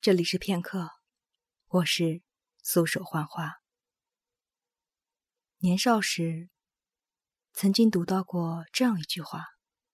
这里是片刻，我是素手幻花。年少时，曾经读到过这样一句话：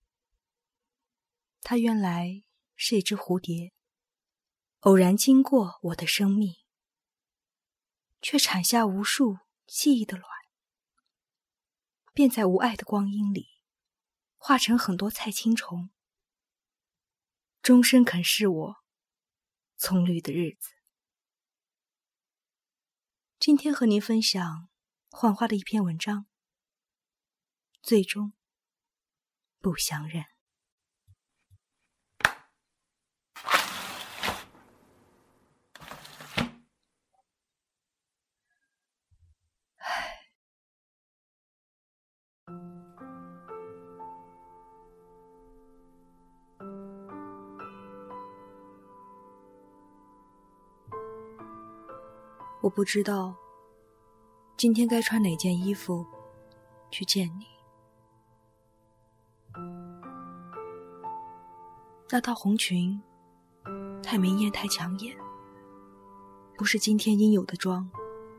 它原来是一只蝴蝶，偶然经过我的生命，却产下无数记忆的卵，便在无爱的光阴里，化成很多菜青虫，终身啃噬我葱绿的日子。今天和您分享幻花的一篇文章，最终不相认。我不知道今天该穿哪件衣服去见你。那套红裙太明艳太抢眼，不是今天应有的妆。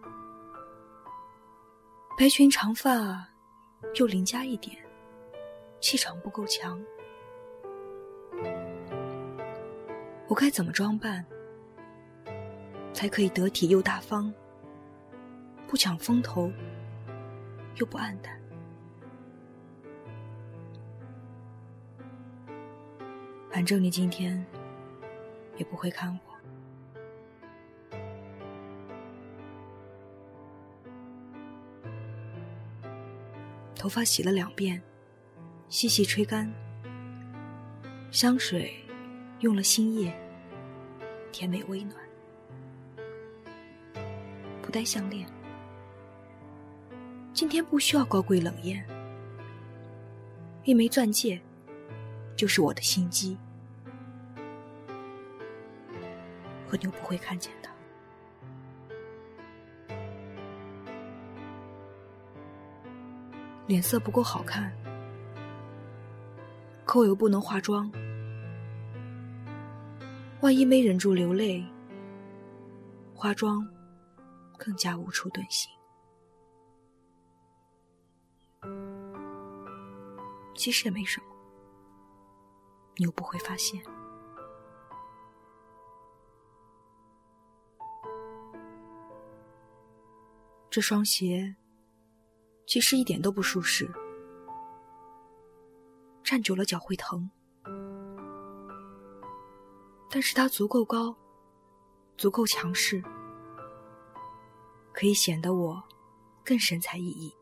白裙长发又邻家一点，气场不够强。我该怎么装扮才可以得体又大方，不抢风头又不黯淡？反正你今天也不会看我。头发洗了2遍，细细吹干，香水用了新叶，甜美微暖，不戴项链。今天不需要高贵冷艳，一枚钻戒就是我的心机，可你又不会看见它。脸色不够好看，可我又不能化妆，万一没忍住流泪，化妆更加无处遁形。其实也没什么，你又不会发现。这双鞋其实一点都不舒适，站久了脚会疼，但是它足够高，足够强势，可以显得我更神采奕奕。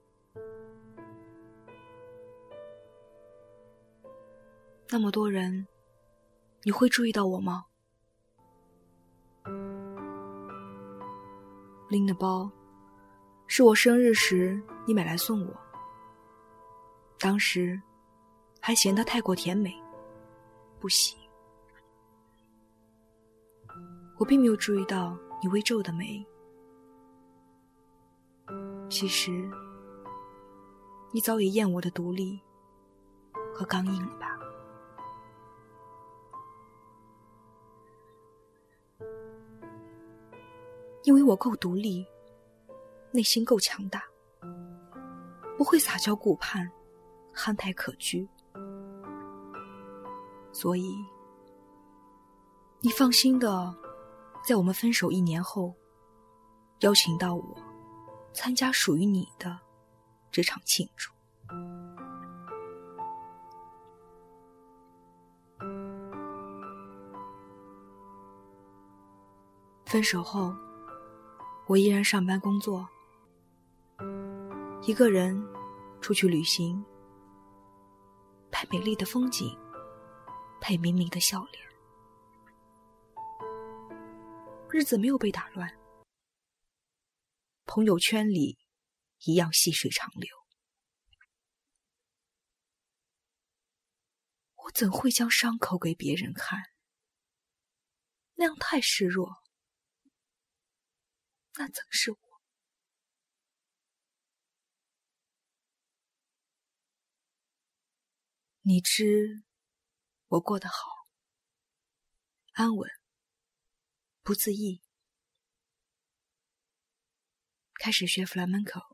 那么多人，你会注意到我吗？拎的包是我生日时你买来送我，当时还嫌它太过甜美，不喜。我并没有注意到你微皱的眉，其实你早已厌我的独立和刚硬了吧。因为我够独立，内心够强大，不会撒娇顾盼，憨态可掬，所以你放心的在我们分手1年后邀请到我参加属于你的这场庆祝。分手后我依然上班工作，一个人出去旅行，拍美丽的风景，配明媚的笑脸，日子没有被打乱，朋友圈里一样细水长流。我怎会将伤口给别人看？那样太示弱，那怎是我？你知我过得好，安稳， 不自抑，开始学 flamenco。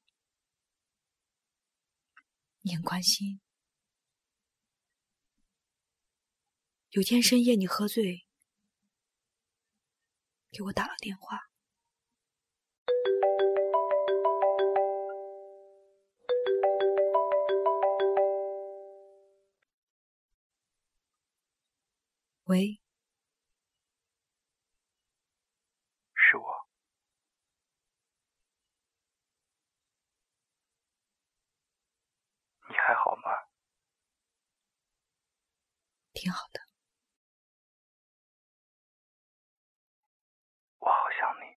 你很关心。有天深夜你喝醉，给我打了电话。喂， 是我。你还好吗？ 挺好的。 我好想你。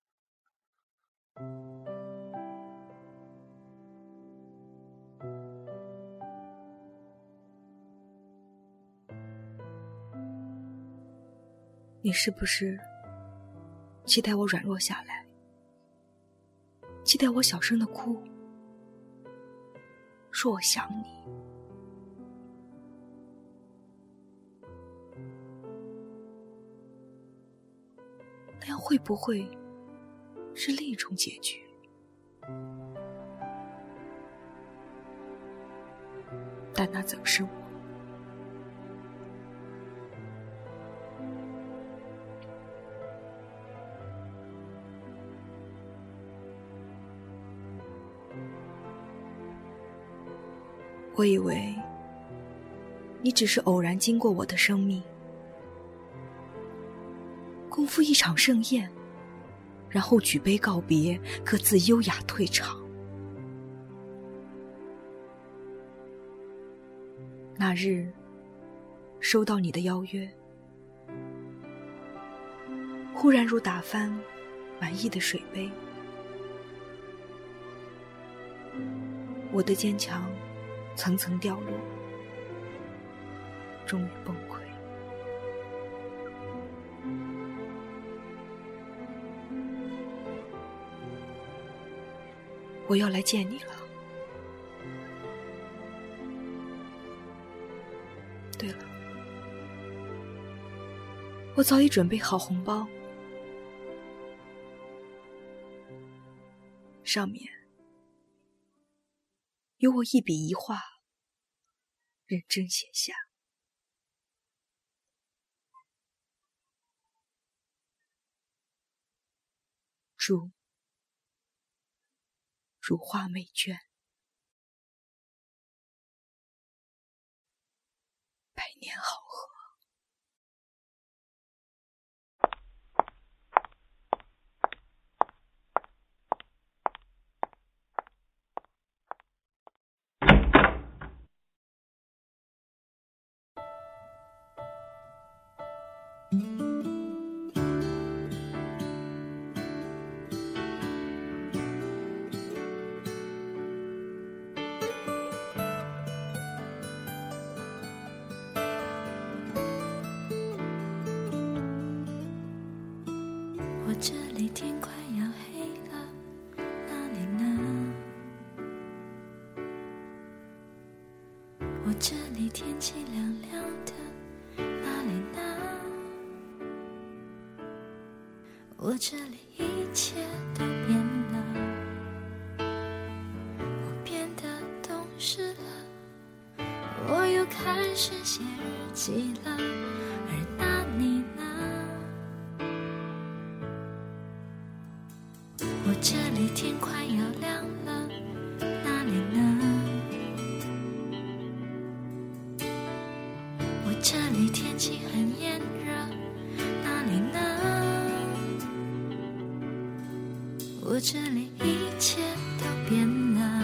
你是不是期待我软弱下来，期待我小声的哭，说我想你？那样会不会是另一种结局？但那怎是我？我以为你只是偶然经过我的生命，共赴一场盛宴，然后举杯告别，各自优雅退场。那日收到你的邀约，忽然如打翻满溢的水杯，我的坚强层层掉落，终于崩溃。我要来见你了。对了，我早已准备好红包，上面有我一笔一画认真写下：祝如花美眷，百年好合。 我这里天快要黑了，哪里呢？我这里天气凉凉的，哪里呢？我这里一切都变了，我变得懂事了，我又开始写日记了，而那你呢？我这里天快要亮了，哪里呢？我这里天气很炎热，哪里呢？我这里一切都变了，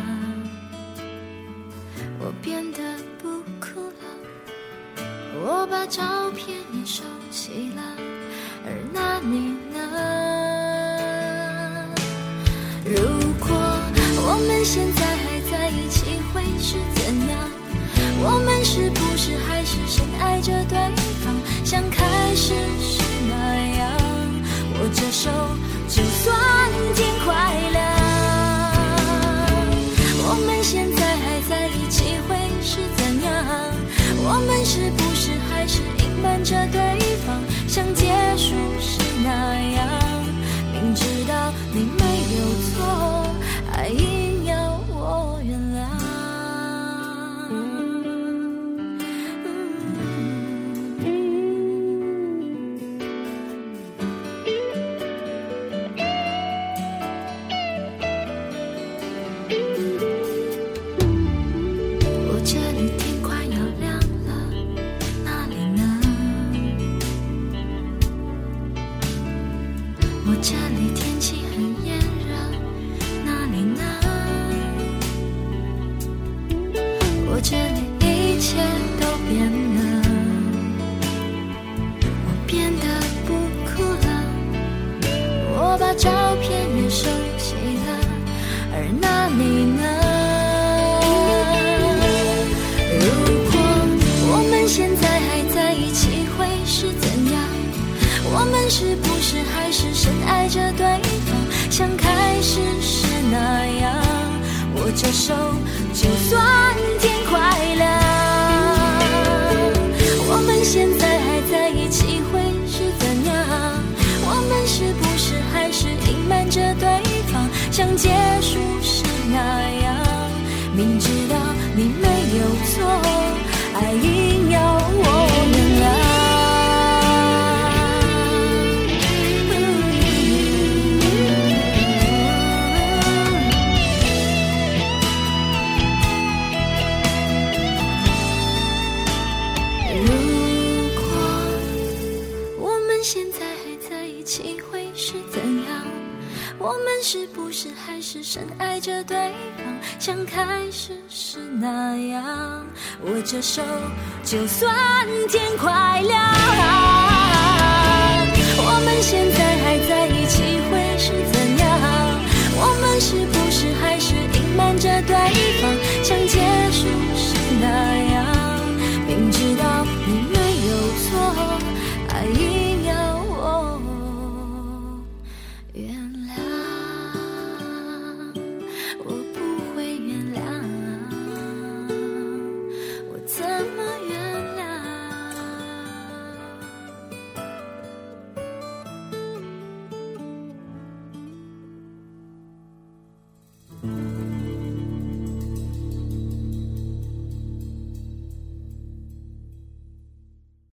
我变得不哭了，我把照片也收起了，而那你呢？如果我们现在还在一起会是怎样？我们是不是还是深爱着对方，像开始时那样？握着手就算天快亮。我们现在还在一起会是怎样？我们是不是还是隐瞒着对方，像结束时那样？ 这里天气很炎热，哪里呢？我这里一切都变了，我变得不哭了，我把照片也收起了，而那里呢？如果我们现在还在一起，会是怎样？我们是不是还是深爱着对方，像开始时那样？握着手，就算天快亮。我们现在还在一起，会是怎样？我们是不是还是隐瞒着对方，像结束时那样？明知道你没有错，爱硬要我原谅。我们是不是还是深爱着对方，像开始时那样？握着手，就算天快亮。